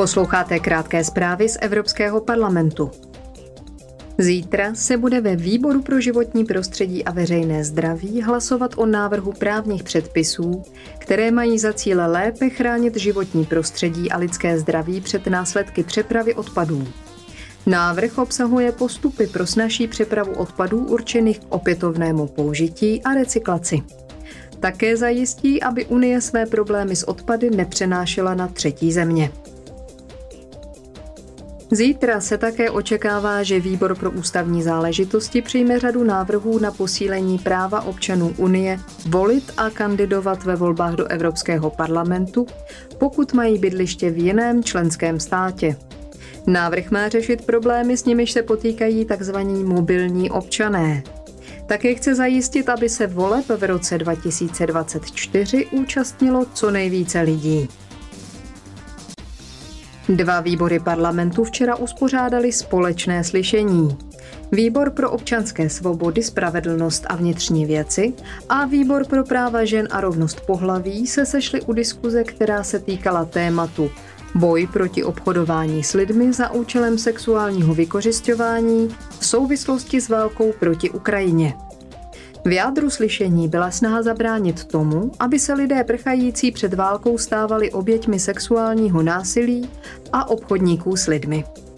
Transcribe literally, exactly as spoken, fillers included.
Posloucháte krátké zprávy z Evropského parlamentu. Zítra se bude ve Výboru pro životní prostředí a veřejné zdraví hlasovat o návrhu právních předpisů, které mají za cíl lépe chránit životní prostředí a lidské zdraví před následky přepravy odpadů. Návrh obsahuje postupy pro snazší přepravu odpadů určených k opětovnému použití a recyklaci. Také zajistí, aby Unie své problémy s odpady nepřenášela na třetí země. Zítra se také očekává, že Výbor pro ústavní záležitosti přijme řadu návrhů na posílení práva občanů Unie volit a kandidovat ve volbách do Evropského parlamentu, pokud mají bydliště v jiném členském státě. Návrh má řešit problémy, s nimiž se potýkají tzv. Mobilní občané. Také chce zajistit, aby se voleb v roce dva tisíce dvacet čtyři účastnilo co nejvíce lidí. Dva výbory parlamentu včera uspořádali společné slyšení. Výbor pro občanské svobody, spravedlnost a vnitřní věci a Výbor pro práva žen a rovnost pohlaví se sešli u diskuze, která se týkala tématu boj proti obchodování s lidmi za účelem sexuálního vykořisťování v souvislosti s válkou proti Ukrajině. V jádru slyšení byla snaha zabránit tomu, aby se lidé prchající před válkou stávali oběťmi sexuálního násilí a obchodníků s lidmi.